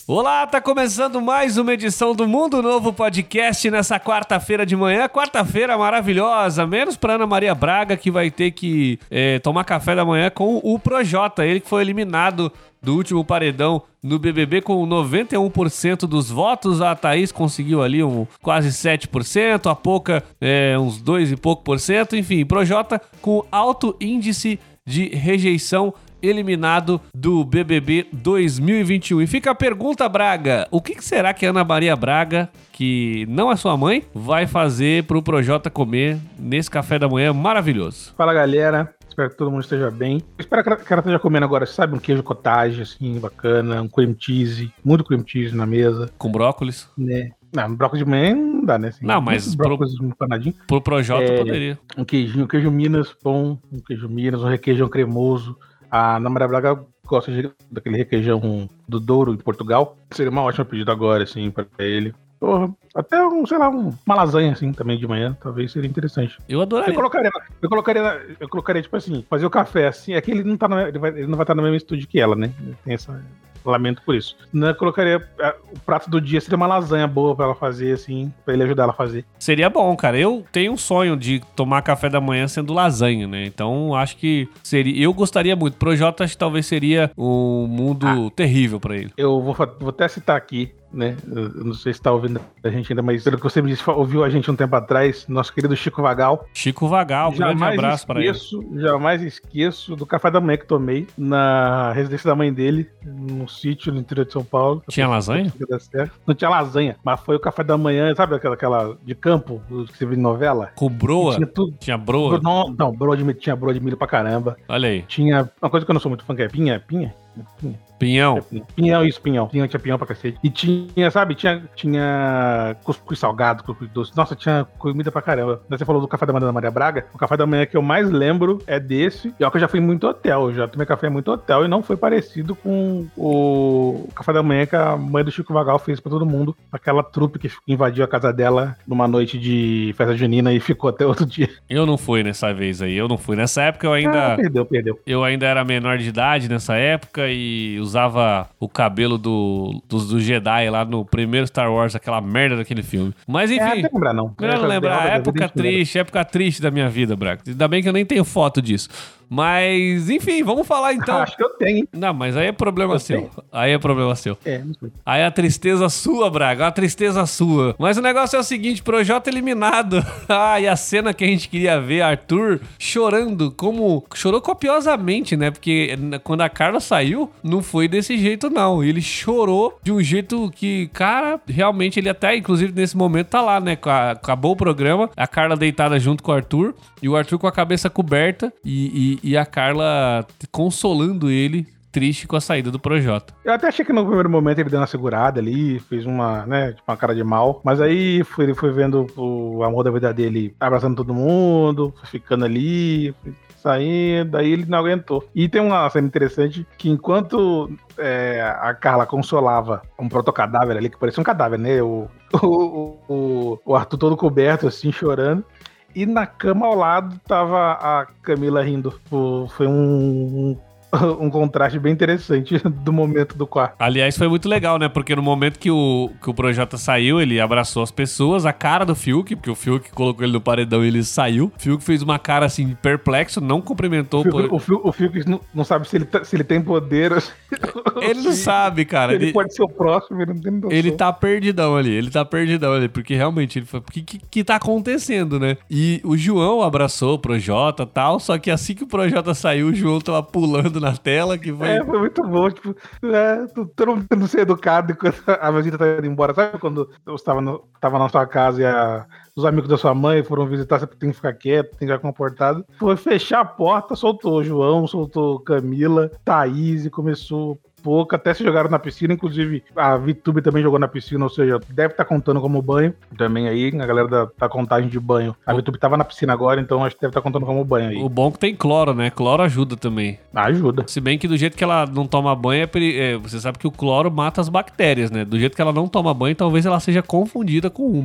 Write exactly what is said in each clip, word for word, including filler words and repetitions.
Olá, tá começando mais uma edição do Mundo Novo Podcast nessa quarta-feira de manhã. Quarta-feira maravilhosa, menos pra Ana Maria Braga, que vai ter que é, tomar café da manhã com o Projota, ele que foi eliminado do último paredão no B B B com noventa e um por cento dos votos. A Thaís conseguiu ali um, quase sete por cento, a Poca é, uns dois e pouco por cento. Enfim, Projota com alto índice de rejeição, eliminado do B B B dois mil e vinte e um. E fica a pergunta, Braga, o que, que será que a Ana Maria Braga, que não é sua mãe, vai fazer pro Projota comer nesse café da manhã maravilhoso? Fala, galera. Espero que todo mundo esteja bem. Espero que ela, que ela esteja comendo agora, sabe, um queijo cottage, assim, bacana, um cream cheese, muito cream cheese na mesa. Com brócolis? Né? Não, brócolis de manhã não dá, né? Assim, não, mas brócolis pro, empanadinho. Pro Projota é, poderia. Um queijinho, um queijo Minas bom, um queijo Minas, um requeijão cremoso. A Ana Maria Braga gosta de, daquele requeijão do Douro, em Portugal. Seria uma ótima pedida agora, assim, pra ele. Porra, até um, sei lá, um, uma lasanha, assim, também de manhã, talvez seria interessante. Eu adoraria. Eu colocaria, eu colocaria, eu colocaria, tipo assim, fazer o café, assim, é que ele não, tá no, ele, vai, ele não vai estar no mesmo estúdio que ela, né? Tem essa... Lamento por isso. Eu colocaria o prato do dia, seria uma lasanha boa pra ela fazer, assim, pra ele ajudar ela a fazer. Seria bom, cara. Eu tenho um sonho de tomar café da manhã sendo lasanha, né? Então, acho que seria... Eu gostaria muito. Projota, acho que talvez seria um mundo ah, terrível pra ele. Eu vou, vou até citar aqui, né? Eu não sei se tá ouvindo a gente ainda, mas pelo que você me disse, ouviu a gente um tempo atrás, nosso querido Chico Vagal. Chico Vagal, um grande abraço para ele. Jamais esqueço do café da manhã que tomei na residência da mãe dele, num sítio no interior de São Paulo. Tinha lasanha? Não tinha lasanha, mas foi o café da manhã, sabe aquela, aquela de campo, que você viu em novela? Com broa? Tinha tudo. Tinha broa? Não, não broa de milho, tinha broa de milho pra caramba. Olha aí. Tinha uma coisa que eu não sou muito fã, que é pinha, pinha, pinha. Pinhão. Pinhão, isso, pinhão. Pinhão, tinha pinhão pra cacete. E tinha, sabe, tinha, tinha cuscuz salgado, cuscuz doce. Nossa, tinha comida pra caramba. Você falou do café da manhã da Maria Braga. O café da manhã que eu mais lembro é desse. E ó, que eu já fui em muito hotel. Eu já tomei café em muito hotel e não foi parecido com o café da manhã que a mãe do Chico Vagal fez pra todo mundo. Aquela trupe que invadiu a casa dela numa noite de festa junina e ficou até outro dia. Eu não fui nessa vez aí. Eu não fui. Nessa época eu ainda... Ah, perdeu, perdeu. Eu ainda era menor de idade nessa época e usava o cabelo do, do, do Jedi lá no primeiro Star Wars, aquela merda daquele filme. Mas enfim, é, não lembrar não. Melhor não lembrar, época triste, época triste da minha vida, Braga. Ainda bem que eu nem tenho foto disso. Mas, enfim, vamos falar então. Acho que eu tenho, hein? Não, mas aí é problema eu seu. Tenho. Aí é problema seu. É, não sei. Aí é a tristeza sua, Braga. A tristeza sua. Mas o negócio é o seguinte, Projota eliminado. Ah, e a cena que a gente queria ver, Arthur chorando, como... Chorou copiosamente, né? Porque quando a Carla saiu, não foi desse jeito, não. Ele chorou de um jeito que, cara, realmente ele até, inclusive, nesse momento tá lá, né? Acabou o programa, a Carla deitada junto com o Arthur, e o Arthur com a cabeça coberta, e... e E a Carla consolando ele, triste com a saída do Projota. Eu até achei que no primeiro momento ele deu uma segurada ali, fez uma, né, tipo uma cara de mal. Mas aí foi, ele foi vendo o amor da vida dele abraçando todo mundo, ficando ali, saindo, aí ele não aguentou. E tem uma cena interessante que enquanto é, a Carla consolava um protocadáver ali, que parecia um cadáver, né? O, o, o, o Arthur todo coberto, assim, chorando. E na cama ao lado tava a Camila rindo. Foi um, um, um contraste bem interessante do momento do quarto. Aliás, foi muito legal, né? Porque no momento que o, que o Projota saiu, ele abraçou as pessoas, a cara do Fiuk, porque o Fiuk colocou ele no paredão e ele saiu. O Fiuk fez uma cara assim, perplexo, não cumprimentou. O Fiuk, por... o Fiuk, o Fiuk não, não sabe se ele, tá, se ele tem poder. Ele não sabe, cara. Ele, ele pode ser o próximo, ele não tem noção. Ele tá perdidão ali, ele tá perdidão ali, porque realmente ele foi. O que, que, que tá acontecendo, né? E o João abraçou o Projota e tal, só que assim que o Projota saiu, o João tava pulando na tela, que foi... É, foi muito bom, tipo, é, todo mundo tentando ser educado enquanto a visita tá indo embora. Sabe quando eu estava no, tava na sua casa e a, os amigos da sua mãe foram visitar, você tem que ficar quieto, tem que ficar comportado. Foi fechar a porta, soltou o João, soltou Camila, Thaís e começou... pouco, até se jogaram na piscina, inclusive a VTube também jogou na piscina, ou seja, deve estar tá contando como banho, também aí, a galera da, da contagem de banho. A VTube tava na piscina agora, então acho que deve estar tá contando como banho aí. O bom que tem cloro, né? Cloro ajuda também. Ajuda. Se bem que do jeito que ela não toma banho, é peri... é, você sabe que o cloro mata as bactérias, né? Do jeito que ela não toma banho, talvez ela seja confundida com uma.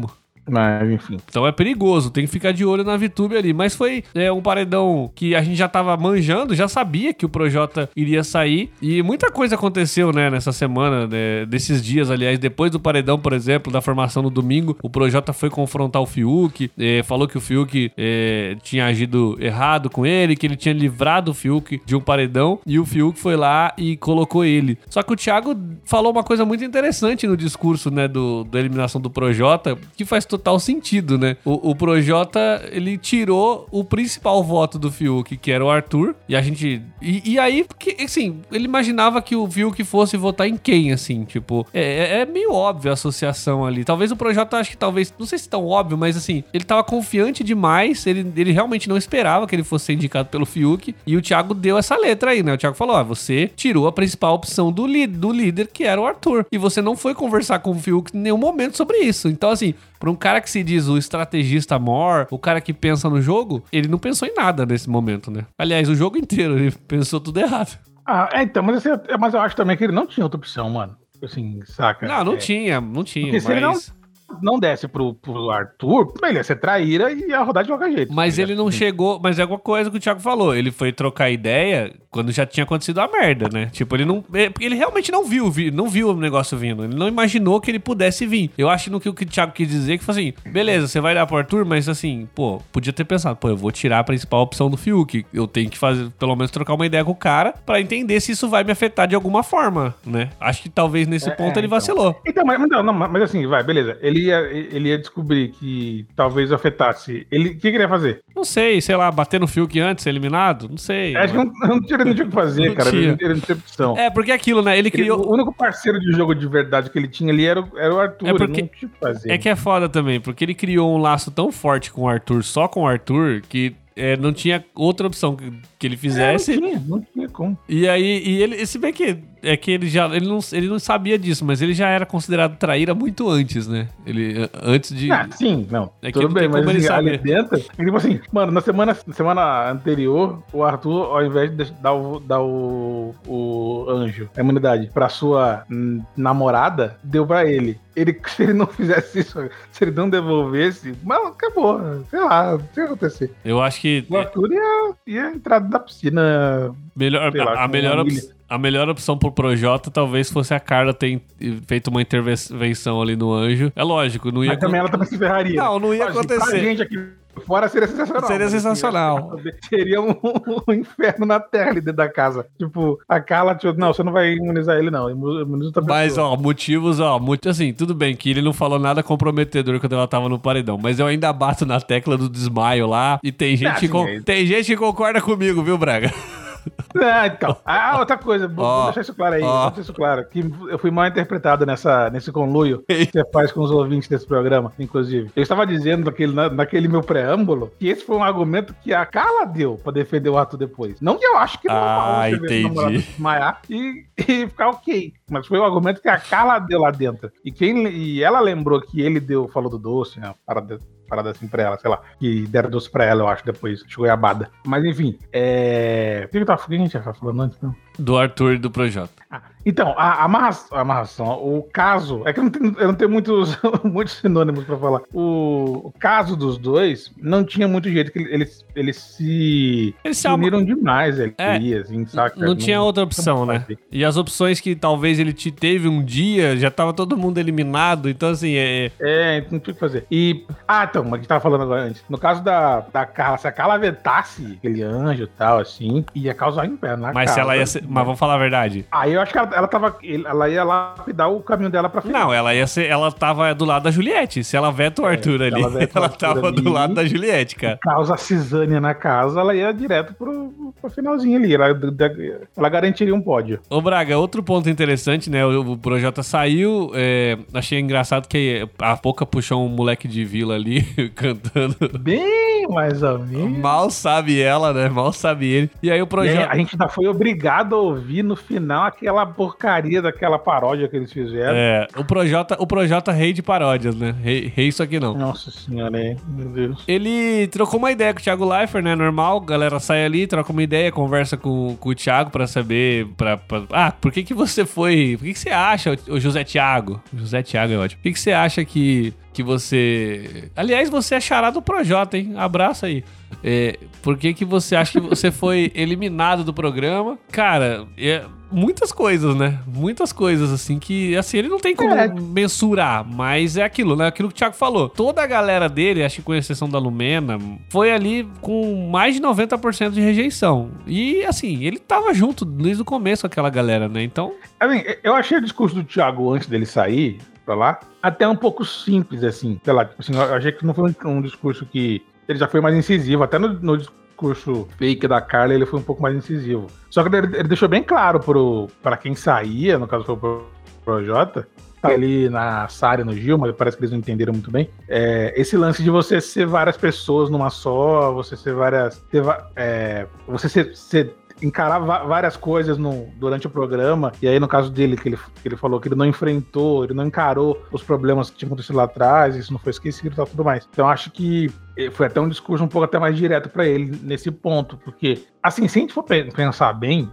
Mas, enfim. Então é perigoso, tem que ficar de olho na VTube ali. Mas foi é, um paredão que a gente já tava manjando, já sabia que o Projota iria sair. E muita coisa aconteceu, né, nessa semana, né, desses dias, aliás. Depois do paredão, por exemplo, da formação no domingo, o Projota foi confrontar o Fiuk, é, falou que o Fiuk é, tinha agido errado com ele, que ele tinha livrado o Fiuk de um paredão. E o Fiuk foi lá e colocou ele. Só que o Thiago falou uma coisa muito interessante no discurso, né, do, da eliminação do Projota, que faz total sentido, né? O, o Projota, ele tirou o principal voto do Fiuk, que era o Arthur, e a gente... E, e aí, porque, assim, ele imaginava que o Fiuk fosse votar em quem, assim, tipo... É, é meio óbvio a associação ali. Talvez o Projota, acho que talvez... Não sei se tão óbvio, mas, assim, ele tava confiante demais, ele, ele realmente não esperava que ele fosse ser indicado pelo Fiuk, e o Thiago deu essa letra aí, né? O Thiago falou, ó, você tirou a principal opção do, li- do líder, que era o Arthur, e você não foi conversar com o Fiuk em nenhum momento sobre isso. Então, assim, pra um cara que se diz o estrategista mor, o cara que pensa no jogo, ele não pensou em nada nesse momento, né? Aliás, o jogo inteiro, ele pensou tudo errado. Ah, é, então, mas, assim, mas eu acho também que ele não tinha outra opção, mano. Assim, saca? Não, não é. tinha, não tinha, Porque mas... se ele não, não desse pro, pro Arthur, ele ia ser traíra e ia rodar de qualquer jeito. Mas ele não chegou... Mas é alguma coisa que o Thiago falou. Ele foi trocar ideia quando já tinha acontecido a merda, né? Tipo, ele não... Ele realmente não viu, não viu o negócio vindo. Ele não imaginou que ele pudesse vir. Eu acho que o que o Thiago quis dizer que foi assim, beleza, você vai dar pro Arthur, mas assim, pô, podia ter pensado, pô, eu vou tirar a principal opção do Fiuk. Eu tenho que fazer, pelo menos, trocar uma ideia com o cara pra entender se isso vai me afetar de alguma forma, né? Acho que talvez nesse É, ponto é, ele vacilou. Então, então mas, não, não, mas assim, vai, beleza. Ele ia, ele ia descobrir que talvez afetasse. Ele, o que, que ele ia fazer? Não sei, sei lá, bater no Fiuk antes, ser eliminado? Não sei. Acho que não, não, tinha, não tinha o que fazer, Não cara. tinha. Ele, ele não tinha opção. É, porque aquilo, né? Ele Ele- criou... o único parceiro de jogo de verdade que ele tinha ali era, o- era o Arthur. É porque- ele não tinha o que fazer. É que é foda também, porque ele criou um laço tão forte com o Arthur, só com o Arthur, que é, não tinha outra opção que, que ele É, não fizesse. tinha, não tinha como. E aí, e ele, se bem que é que ele já, ele não, ele não sabia disso, mas ele já era considerado traíra muito antes, né? Ele, antes de... Ah, sim, não. É que tudo não bem, tem mas como ele assim, ali saber. dentro, é tipo assim, mano, na semana, na semana anterior, o Arthur, ao invés de deixar- dar o, dar o, o anjo, a imunidade, pra sua hum, namorada, deu pra ele. Ele, se ele não fizesse isso, se ele não devolvesse, mano, acabou. Sei lá, não sei o que acontecer. Eu acho que O Arthur ia, ia entrar da piscina. melhor, sei lá, a, a com melhor uma op- milha. a melhor opção pro Projota talvez fosse a Carla ter feito uma intervenção ali no anjo. É lógico, não ia... Mas também ela também se ferraria. Não, não ia Mas, assim, acontecer. Pra gente aqui fora seria sensacional. Seria mas, assim, sensacional. seria um, um inferno na terra ali dentro da casa. Tipo, a Carla, tipo, não, você não vai imunizar ele, não. Imuniza outra Mas, pessoa. ó, motivos, ó, muito assim, tudo bem que ele não falou nada comprometedor quando ela tava no paredão, mas eu ainda bato na tecla do desmaio lá e tem gente, Ah, que, sim, con- é. tem gente que concorda comigo, viu, Braga? Ah, então. Ah, outra coisa, vou, Ó, vou deixar isso claro aí, ó. vou deixar isso claro. Que eu fui mal interpretado nessa, nesse conluio que você faz com os ouvintes desse programa, inclusive. Eu estava dizendo naquele, na- naquele meu preâmbulo que esse foi um argumento que a Carla deu pra defender o Arthur depois. Não que eu acho que é normal Ah, você ver entendi. seu namorado desmaiar e, e ficar ok. Mas foi o argumento que a Carla deu lá dentro. E, quem, e ela lembrou que ele deu, falou do doce, né? Parada, parada assim pra ela, sei lá. Que deram doce pra ela, eu acho, depois. Chegou abada. Mas enfim, é. O que, que, tava, o que a gente tava falando antes, não? Do Arthur e do Projota. Ah, então, a amarra- a amarração, o caso. É que eu não tenho, eu não tenho muitos, muitos sinônimos pra falar. O, o caso dos dois não tinha muito jeito, que eles, eles se, Eles se se uniram demais ali, É, assim, saca? Não tinha outra opção, não né? fazia. E as opções que talvez ele te teve um dia, já tava todo mundo eliminado, então assim, é... É, não tinha o que fazer. E. Ah, então, mas a gente tava falando agora antes. No caso da, da Carla, se a Carla vetasse aquele anjo e tal, assim, ia causar um inferno na Mas se casa. ela ia ser... Mas vamos falar a verdade. Aí eu acho que ela, ela tava. Ela ia lapidar o caminho dela pra frente. Não, ela ia ser... Ela tava do lado da Juliette. Se ela veta o Arthur se ali, ela veta o ela Arthur tava ali. do lado da Juliette, cara. Causa cisânia na casa, ela ia direto pro, pro finalzinho ali. Ela, ela garantiria um pódio. Ô Braga, outro ponto interessante, né? O, o Projota saiu, é, achei engraçado que a Poca puxou um moleque de vila ali, cantando. Bem mais ou menos. Mal sabe ela, né? Mal sabe ele. E aí o E aí, Projota... a gente ainda foi obrigado a ouvir no final aquela porcaria daquela paródia que eles fizeram. É, o Projota, o Projota rei de paródias, né? Rei, rei isso aqui não. Nossa senhora, hein? Meu Deus. Ele trocou uma ideia com o Thiago Leifert, né? Normal, a galera sai ali, troca uma ideia, conversa com, com o Thiago pra saber... Pra, pra- Ah, por que que você foi... Por que que você acha, o José Thiago? José Thiago é ótimo. Por que que você acha que que você... Aliás, você é xará do Projota, hein? Abraço aí. É, por que que você acha que você foi eliminado do programa? Cara, é... muitas coisas, né? Muitas coisas, assim, que, assim, ele não tem como é. mensurar, mas é aquilo, né? Aquilo que o Thiago falou. Toda a galera dele, acho que com exceção da Lumena, foi ali com mais de noventa por cento de rejeição. E, assim, ele tava junto desde o começo com aquela galera, né? Então... Assim, eu achei o discurso do Thiago antes dele sair pra lá até um pouco simples, assim. Sei lá, tipo assim, eu achei que não foi um, um discurso que... Ele já foi mais incisivo, até no, no discurso fake da Carla ele foi um pouco mais incisivo. Só que ele, ele deixou bem claro pro, pra quem saía, no caso foi pro Projota, tá ali na Sara e no Gil, mas parece que eles não entenderam muito bem, é, esse lance de você ser várias pessoas numa só, você ser várias... Ter, é, você ser... ser encarar várias coisas no, durante o programa, e aí no caso dele, que ele, que ele falou que ele não enfrentou, ele não encarou os problemas que tinham acontecido lá atrás, isso não foi esquecido e tal, tudo mais. Então acho que foi até um discurso um pouco até mais direto pra ele nesse ponto, porque, assim, se a gente for pensar bem,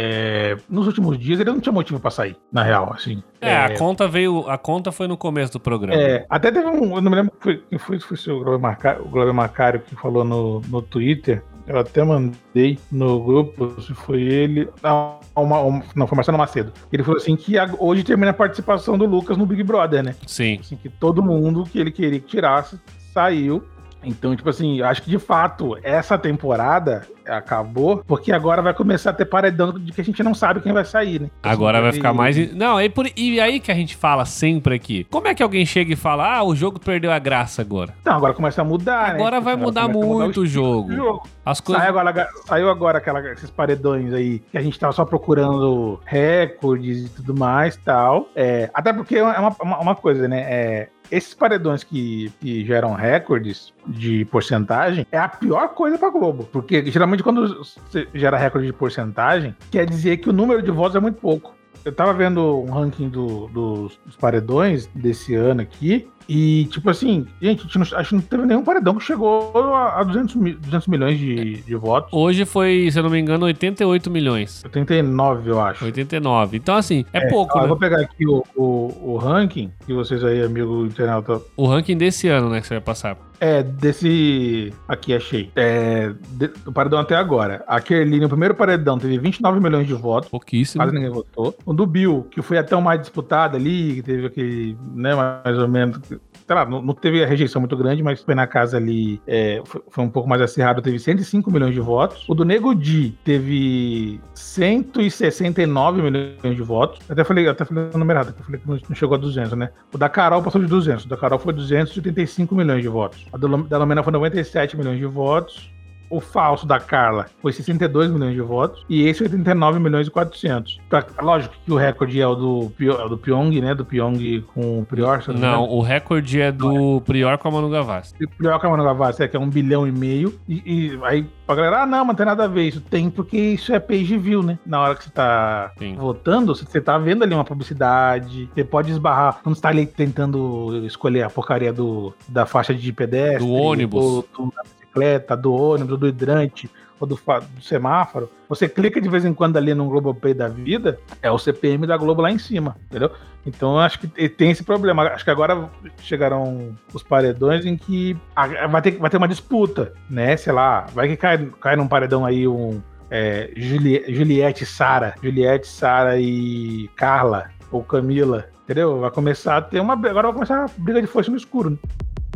é, nos últimos dias ele não tinha motivo pra sair, na real, assim. É, é, a conta veio, a conta foi no começo do programa. É, até teve um, eu não me lembro quem foi, foi, foi o Glauber Macário, o Glauber Macário que falou no, no Twitter. Eu até mandei no grupo, se foi ele... Não, uma, uma, não foi Marcelo Macedo. Ele falou assim que hoje termina a participação do Lucas no Big Brother, né? Sim. Assim, que todo mundo que ele queria que tirasse, saiu. Então, tipo assim, acho que de fato, essa temporada acabou, porque agora vai começar a ter paredão de que a gente não sabe quem vai sair, né? Assim, agora vai ficar mais... Não, é por... e aí que a gente fala sempre aqui. Como é que alguém chega e fala, ah, o jogo perdeu a graça agora? Não, agora começa a mudar, agora né? Agora vai mudar muito mudar o, o jogo. jogo. As coisas... Sai agora, saiu agora aquela, esses paredões aí, que a gente tava só procurando recordes e tudo mais e tal. É, até porque é uma, uma, uma coisa, né? É, esses paredões que, que geram recordes de porcentagem é a pior coisa pra Globo. Porque geralmente quando você gera recorde de porcentagem, quer dizer que o número de votos é muito pouco. Eu tava vendo um ranking do, dos, dos paredões desse ano aqui. E, tipo assim, gente, não, acho que não teve nenhum paredão que chegou a duzentos, duzentos milhões de, de votos. Hoje foi, se eu não me engano, oitenta e oito milhões. oitenta e nove, eu acho. oitenta e nove. Então, assim, é, é pouco, ó, né? Eu vou pegar aqui o, o, o ranking, que vocês aí, amigo internauta... O ranking desse ano, né, que você vai passar. É, desse... Aqui, achei. É, de, do paredão até agora. A Kerline, o primeiro paredão, teve vinte e nove milhões de votos. Pouquíssimo. Quase ninguém votou. O do Bill, que foi até o mais disputado ali, que teve aquele, né, mais ou menos... Sei lá, não, não teve a rejeição muito grande, mas foi na casa ali, é, foi, foi um pouco mais acirrado, teve cento e cinco milhões de votos. O do Nego Di teve cento e sessenta e nove milhões de votos. Até falei, até falei o número errado, eu falei que não chegou a duzentos, né? O da Carol passou de duzentos, o da Carol foi duzentos e oitenta e cinco milhões de votos. A da Lumena foi noventa e sete milhões de votos. O falso da Carla foi sessenta e dois milhões de votos. E esse oitenta e nove milhões e quatrocentos. Pra, lógico que o recorde é o do, é o do Pyong, né? Do Pyong com o Prior. Não, não, o recorde é do Prior com a Manu Gavassi. O Prior com a Manu Gavassi é que é um bilhão e meio. E, e aí a galera, ah, não, mas não tem nada a ver. Isso tem porque isso é page view, né? Na hora que você tá Sim. votando, você tá vendo ali uma publicidade. Você pode esbarrar. Quando você tá ali tentando escolher a porcaria do, da faixa de pedestre. Do ônibus. Ou do, do ônibus, do hidrante ou do, do semáforo, você clica de vez em quando ali no Globoplay da vida, é o C P M da Globo lá em cima, entendeu? Então eu acho que tem esse problema. Acho que agora chegarão os paredões em que vai ter, vai ter uma disputa, né? Sei lá, vai que cai, cai num paredão aí um é, Juliette, Juliette Sara, Juliette, Sara e Carla ou Camila, entendeu? Vai começar a ter uma... Agora vai começar a briga de força no escuro, né?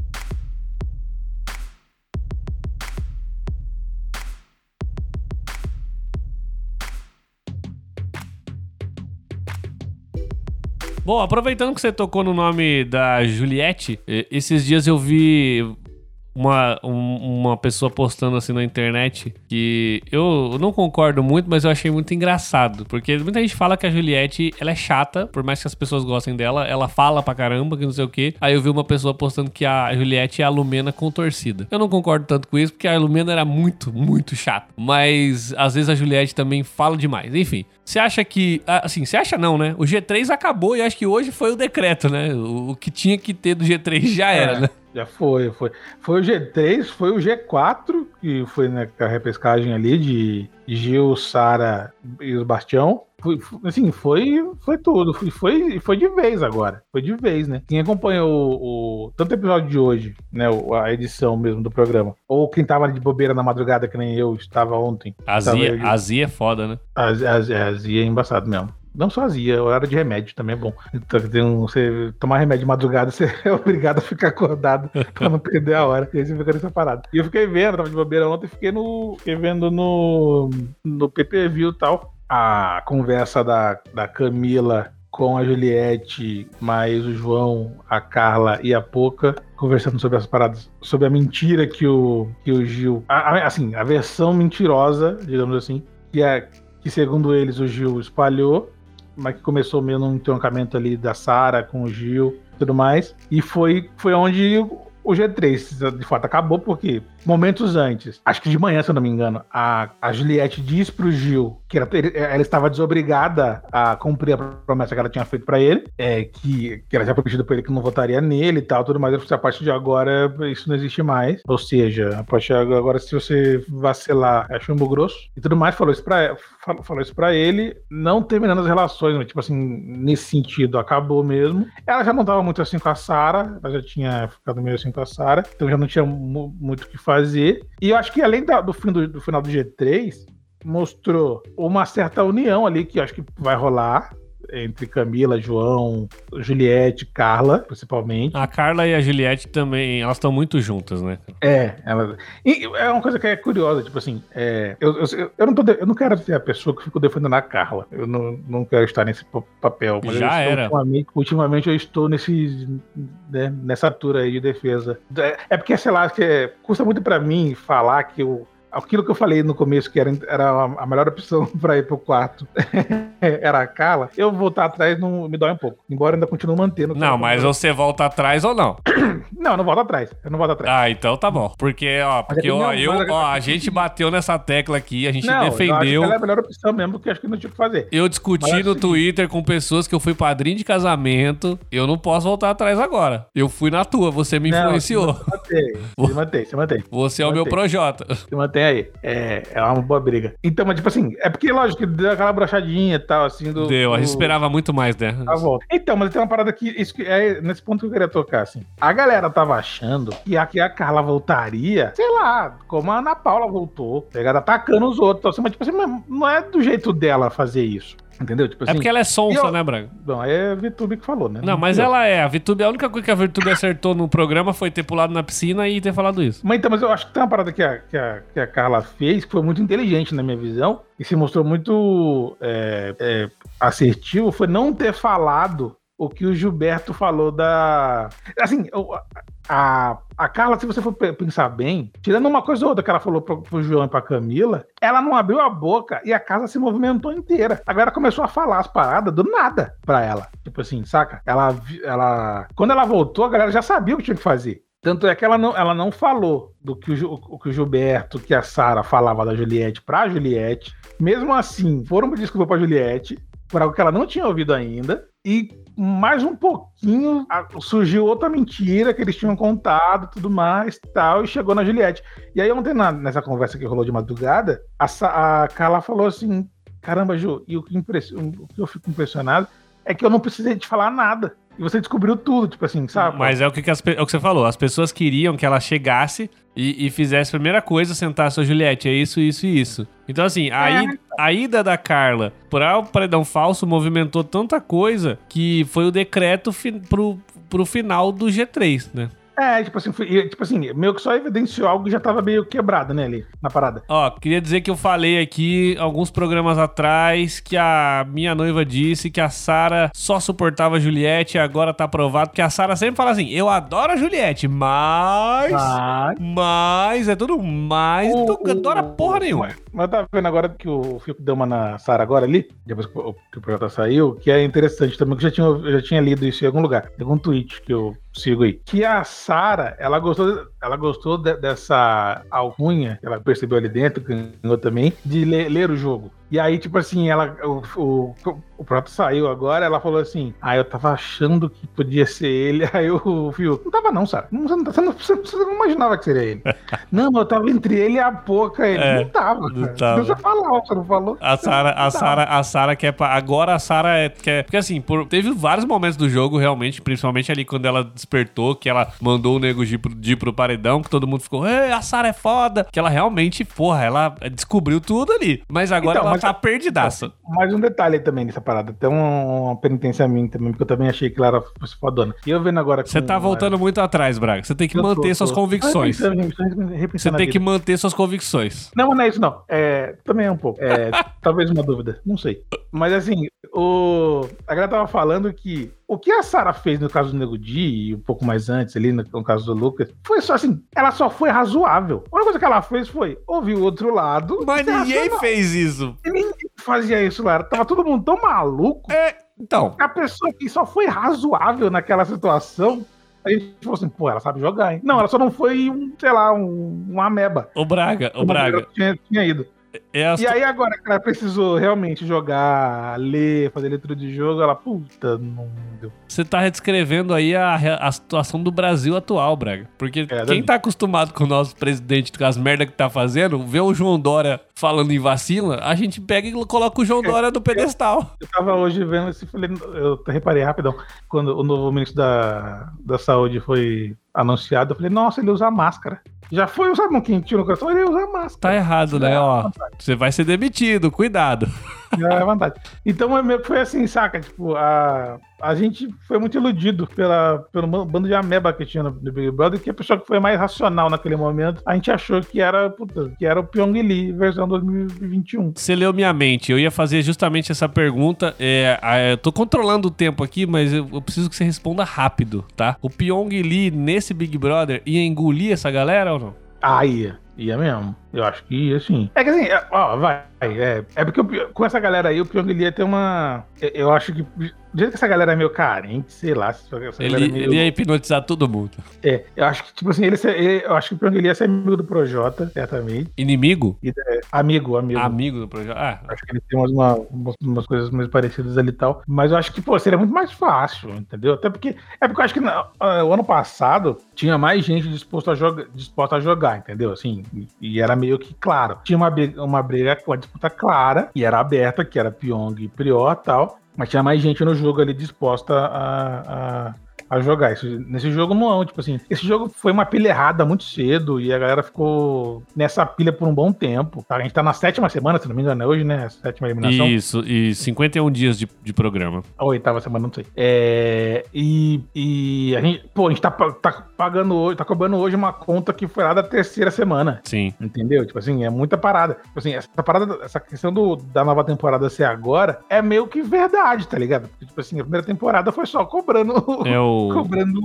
Bom, aproveitando que você tocou no nome da Juliette, esses dias eu vi uma, uma pessoa postando assim na internet que eu não concordo muito, mas eu achei muito engraçado, porque muita gente fala que a Juliette, ela é chata, por mais que as pessoas gostem dela, ela fala pra caramba, que não sei o quê. Aí eu vi uma pessoa postando que a Juliette é a Lumena contorcida. Eu não concordo tanto com isso, porque a Lumena era muito, muito chata, mas às vezes a Juliette também fala demais. Enfim, você acha que... Assim, você acha não, né? O G três acabou e acho que hoje foi o decreto, né? O, o que tinha que ter do G três já era, é. né? Já foi, foi. Foi o G três, foi o G quatro, que foi, né, a repescagem ali de Gil, Sara e os Bastião. Foi, foi, assim, foi, foi tudo. Foi, foi, foi de vez agora. Foi de vez, né? Quem acompanhou o, o, tanto o episódio de hoje, né? A edição mesmo do programa, ou quem tava de bobeira na madrugada, que nem eu estava ontem. Azia, tava, azia é foda, né? Azia, azia, azia é embaçado mesmo. Não só azia, hora de remédio também é bom. Então, tem um, você tomar remédio de madrugada, você é obrigado a ficar acordado pra não perder a hora. E aí você fica nessa parada. E eu fiquei vendo, tava de bobeira ontem, fiquei no. Fiquei vendo no. No P P V e tal. A conversa da, da Camila com a Juliette, mais o João, a Carla e a Poca, conversando sobre as paradas, sobre a mentira que o, que o Gil. A, a, assim, a versão mentirosa, digamos assim, que é que segundo eles o Gil espalhou, mas que começou meio num entroncamento ali da Sara com o Gil e tudo mais. E foi, foi onde o G três, de fato, acabou, porque momentos antes, acho que de manhã, se eu não me engano, a, a Juliette diz pro Gil que ela, ela estava desobrigada a cumprir a promessa que ela tinha feito pra ele, é, que, que ela já prometido pra ele que não votaria nele e tal, tudo mais. Eu falei, a partir de agora isso não existe mais. Ou seja, a partir de agora, se você vacilar, é chumbo grosso e tudo mais. Falou isso pra, falou, falou isso pra ele, não terminando as relações, tipo assim, nesse sentido, acabou mesmo. Ela já não tava muito assim com a Sara, ela já tinha ficado meio assim com a Sara, então já não tinha mu- muito o que fazer. E eu acho que além da, do, fim do, do final do G três, mostrou uma certa união ali que eu acho que vai rolar entre Camila, João, Juliette, Carla, principalmente. A Carla e a Juliette também, elas estão muito juntas, né? É, ela... e é uma coisa que é curiosa, tipo assim, é... eu, eu, eu, não tô de... eu não quero ser a pessoa que fico defendendo a Carla, eu não, não quero estar nesse papel. Mas já eu era. Ultimamente, ultimamente eu estou nesse, né, nessa altura aí de defesa. É, é porque, sei lá, que é... custa muito pra mim falar que eu aquilo que eu falei no começo, que era, era a melhor opção pra ir pro quarto, era a Carla, eu voltar atrás não me dói um pouco. Embora ainda continue mantendo. Não, mas você volta atrás ou não? Não, eu não volto atrás. Eu não volto atrás. Ah, então tá bom. Porque, ó, porque ó, eu, ó, a gente bateu nessa tecla aqui, a gente não, defendeu. Eu acho que ela é a melhor opção mesmo, porque acho que não tinha o que fazer. Eu discuti mas, no assim, Twitter com pessoas que eu fui padrinho de casamento. Eu não posso voltar atrás agora. Eu fui na tua, você me não, influenciou. Se mantém, se mantém, se mantém. Você é o meu projota. Se mantém aí. É, é uma boa briga. Então, mas tipo assim, é porque, lógico, que deu aquela brochadinha e tal, assim, do... Deu, a gente do... esperava muito mais, né? A volta. Então, mas tem uma parada que, isso que é nesse ponto que eu queria tocar, assim. A galera tava achando que a, que a Carla voltaria, sei lá, como a Ana Paula voltou, pegada atacando os outros, assim, mas tipo assim, não é do jeito dela fazer isso. Entendeu? Tipo assim, é porque ela é sonsa, eu... né, Braga? Não, é a VTube que falou, né? Não, não mas ela é. A VTube, a única coisa que a VTube acertou no programa foi ter pulado na piscina e ter falado isso. Mas então, mas eu acho que tem uma parada que a, que a, que a Carla fez que foi muito inteligente na minha visão e se mostrou muito é, é, assertivo, foi não ter falado o que o Gilberto falou da... Assim, a, a Carla, se você for pensar bem, tirando uma coisa ou outra que ela falou pro, pro João e pra Camila, ela não abriu a boca e a casa se movimentou inteira. A galera começou a falar as paradas do nada pra ela. Tipo assim, saca? Ela, ela... Quando ela voltou, a galera já sabia o que tinha que fazer. Tanto é que ela não, ela não falou do que o, o, que o Gilberto, que a Sara falava da Juliette pra Juliette. Mesmo assim, foram pedir desculpa pra Juliette, por algo que ela não tinha ouvido ainda. E mais um pouquinho surgiu outra mentira que eles tinham contado, tudo mais, tal, e chegou na Juliette. E aí ontem, na, nessa conversa que rolou de madrugada, a, a Carla falou assim, caramba, Ju, e o que, impress... o que eu fico impressionado é que eu não precisei te falar nada. E você descobriu tudo, tipo assim, sabe? Mas é o que, que as, é o que você falou. As pessoas queriam que ela chegasse e, e fizesse a primeira coisa, sentasse a Juliette. É isso, isso e isso. Então, assim, a, é. ida, a ida da Carla para o paredão falso movimentou tanta coisa que foi o decreto fi, pro, pro final do G três, né? É, tipo assim, foi, tipo assim, meio que só evidenciou algo que já tava meio quebrado, né, ali, na parada. Ó, queria dizer que eu falei aqui, alguns programas atrás, que a minha noiva disse que a Sara só suportava a Juliette e agora tá provado, porque a Sara sempre fala assim, eu adoro a Juliette, mas... Mas... Mas, é tudo mais, o, não adora porra nenhuma. Mas tá vendo agora que o Fico deu uma na Sara agora ali, depois que o, que o projeto saiu, que é interessante também, que eu já tinha, eu já tinha lido isso em algum lugar, em algum tweet que eu sigo aí, que a Sara, ela gostou, ela gostou de, dessa alcunha que ela percebeu ali dentro, ganhou também, de ler, ler o jogo. E aí, tipo assim, ela, o, o, o prato saiu agora, ela falou assim, ah, eu tava achando que podia ser ele. Aí o Fio, não tava não, Sara. Você não, você, não, você não imaginava que seria ele. Não, eu tava entre ele e a Poca. Ele é, não tava, cara. Não tava. Você falou, você não falou. A Sara, a Sara, a Sara quer... Agora a Sara é, quer... Porque assim, por, teve vários momentos do jogo, realmente, principalmente ali quando ela despertou, que ela mandou o nego de ir pro, de ir pro paredão, que todo mundo ficou, ei, a Sara é foda. Que ela realmente, porra, ela descobriu tudo ali. Mas agora então, ela tá perdidaça. Mais um detalhe aí também nessa parada. Tem uma, uma penitência a mim também, porque eu também achei que ela era fodona. E eu vendo agora... Você tá voltando uma... muito atrás, Braga. Você tem que eu manter tô, suas tô. convicções. Você tem que manter suas convicções. Não, mas não é isso não. É, também é um pouco. É, talvez uma dúvida. Não sei. Mas assim, o... a galera tava falando que o que a Sara fez no caso do Nego Di e um pouco mais antes ali, no, no caso do Lucas, foi só assim, ela só foi razoável. A única coisa que ela fez foi ouvir o outro lado. Mas ninguém racional. fez isso. E ninguém fazia isso lá. Tava todo mundo tão maluco. É, então. A pessoa que só foi razoável naquela situação, a gente falou assim, pô, ela sabe jogar, hein? Não, ela só não foi, um, sei lá, um, um ameba. O Braga, o Braga. Tinha, tinha ido. É e aí agora que ela precisou realmente jogar, ler, fazer leitura de jogo, ela, puta, não deu. Você tá descrevendo aí a, a situação do Brasil atual, Braga. Porque é, quem tá acostumado com o nosso presidente, com as merdas que tá fazendo, vê o João Dória falando em vacina, a gente pega e coloca o João Dória no pedestal. Eu tava hoje vendo esse, falei, eu reparei rapidão, quando o novo ministro da, da Saúde foi anunciado, eu falei, nossa, ele usa máscara. Já foi usar um quentinho no coração, ele usa máscara. Tá errado, né? É Ó, você vai ser demitido, cuidado. É verdade. Então foi assim, saca? Tipo, a, a gente foi muito iludido pela, pelo bando de ameba que tinha no, no Big Brother, que a pessoa que foi mais racional naquele momento, a gente achou que era, puta, que era o Pyong Lee, versão dois mil e vinte e um. Você leu minha mente. Eu ia fazer justamente essa pergunta. É, eu tô controlando o tempo aqui, mas eu, eu preciso que você responda rápido, tá? O Pyong Lee, nesse Big Brother, ia engolir essa galera ou não? Ah, ia. Ia mesmo. Eu acho que ia sim. É que assim, ó, vai. É, é porque eu, com essa galera aí, o Pyong Lee ia ter uma... Eu acho que... Do jeito que essa galera é meio carente, sei lá. Essa ele, é meio... ele ia hipnotizar todo mundo. É, eu acho que, tipo assim, ele, ele eu acho que o Pyong Lee ia ser amigo do Projota, certamente. Inimigo? E, é, amigo, amigo. Amigo do Projota. Ah. Acho que ele tem umas, uma, umas, umas coisas mais parecidas ali e tal. Mas eu acho que, pô, seria muito mais fácil, entendeu? Até porque... É porque eu acho que no, uh, o ano passado tinha mais gente disposta a, joga, disposta a jogar, entendeu? Assim, e, e era meio que claro. Tinha uma, uma briga, uma disputa clara, e era aberta, que era Pyong e Prior e tal. Mas tinha mais gente no jogo ali disposta a, a, a jogar. Isso, nesse jogo não, tipo assim, esse jogo foi uma pilha errada muito cedo e a galera ficou nessa pilha por um bom tempo. Tá? A gente tá na sétima semana, se não me engano, é hoje, né? A sétima eliminação. Isso, e cinquenta e um dias de, de programa. A oitava semana, não sei. É, e, e a gente, pô, a gente tá, tá pagando hoje, tá cobrando hoje uma conta que foi lá da terceira semana. Sim. Entendeu? Tipo assim, é muita parada. Tipo assim, essa parada, essa questão do, da nova temporada ser agora é meio que verdade, tá ligado? Porque, tipo assim, a primeira temporada foi só cobrando, é o... cobrando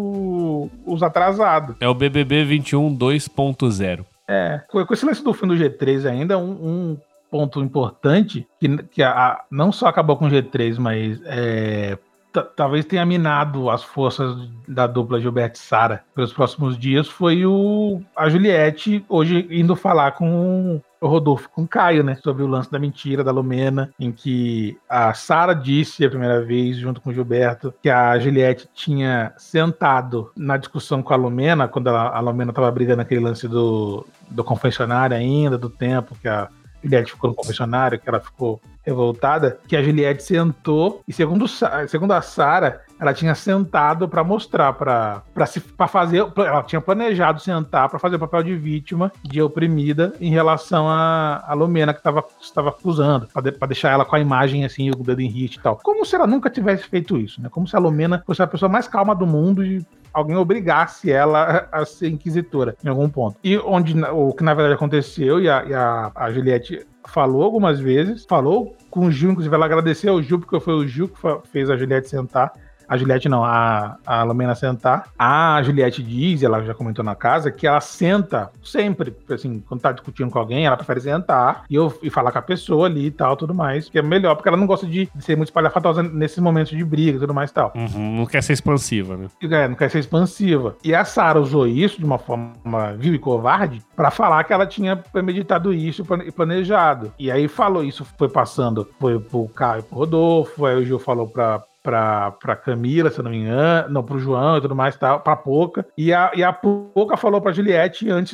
o, os atrasados. É o B B B vinte e um dois ponto zero. É, com esse lance do fim do G três ainda, um, um ponto importante, que, que a, a, não só acabou com o G três, mas é, t- talvez tenha minado as forças da dupla Gilberto e Sara pelos próximos dias, foi o, a Juliette hoje indo falar com o Rodolfo, com o Caio, né, sobre o lance da mentira da Lumena, em que a Sara disse a primeira vez, junto com o Gilberto, que a Juliette tinha sentado na discussão com a Lumena, quando a, a Lumena estava brigando naquele lance do, do confessionário ainda, do tempo que a Juliette ficou no confessionário, que ela ficou revoltada, que a Juliette sentou e, segundo, segundo a Sara, ela tinha sentado para mostrar, para para fazer, ela tinha planejado sentar para fazer o papel de vítima, de oprimida, em relação a, a Lumena, que estava acusando, para de, deixar ela com a imagem assim, o dedo em hit e tal. Como se ela nunca tivesse feito isso, né? Como se a Lumena fosse a pessoa mais calma do mundo e alguém obrigasse ela a ser inquisitora em algum ponto. E onde o que na verdade aconteceu, e a, e a, a Juliette falou algumas vezes, falou com o Gil, inclusive ela agradeceu ao Gil, porque foi o Gil que fez a Juliette sentar. A Juliette não, a, a Lumena sentar. A Juliette diz, ela já comentou na casa, que ela senta sempre, assim, quando tá discutindo com alguém, ela prefere sentar e, eu, e falar com a pessoa ali e tal, tudo mais, que é melhor, porque ela não gosta de, de ser muito espalhafatosa nesses momentos de briga e tudo mais e tal. Uhum, não quer ser expansiva, né? É, não quer ser expansiva. E a Sarah usou isso de uma forma vil e covarde pra falar que ela tinha premeditado isso e planejado. E aí falou isso, foi passando, foi pro Caio e pro Rodolfo, aí o Gil falou pra, pra, pra Camila, se eu não me engano, não, pro João e tudo mais, tal, pra Poca. E a, e a Poca falou pra Juliette antes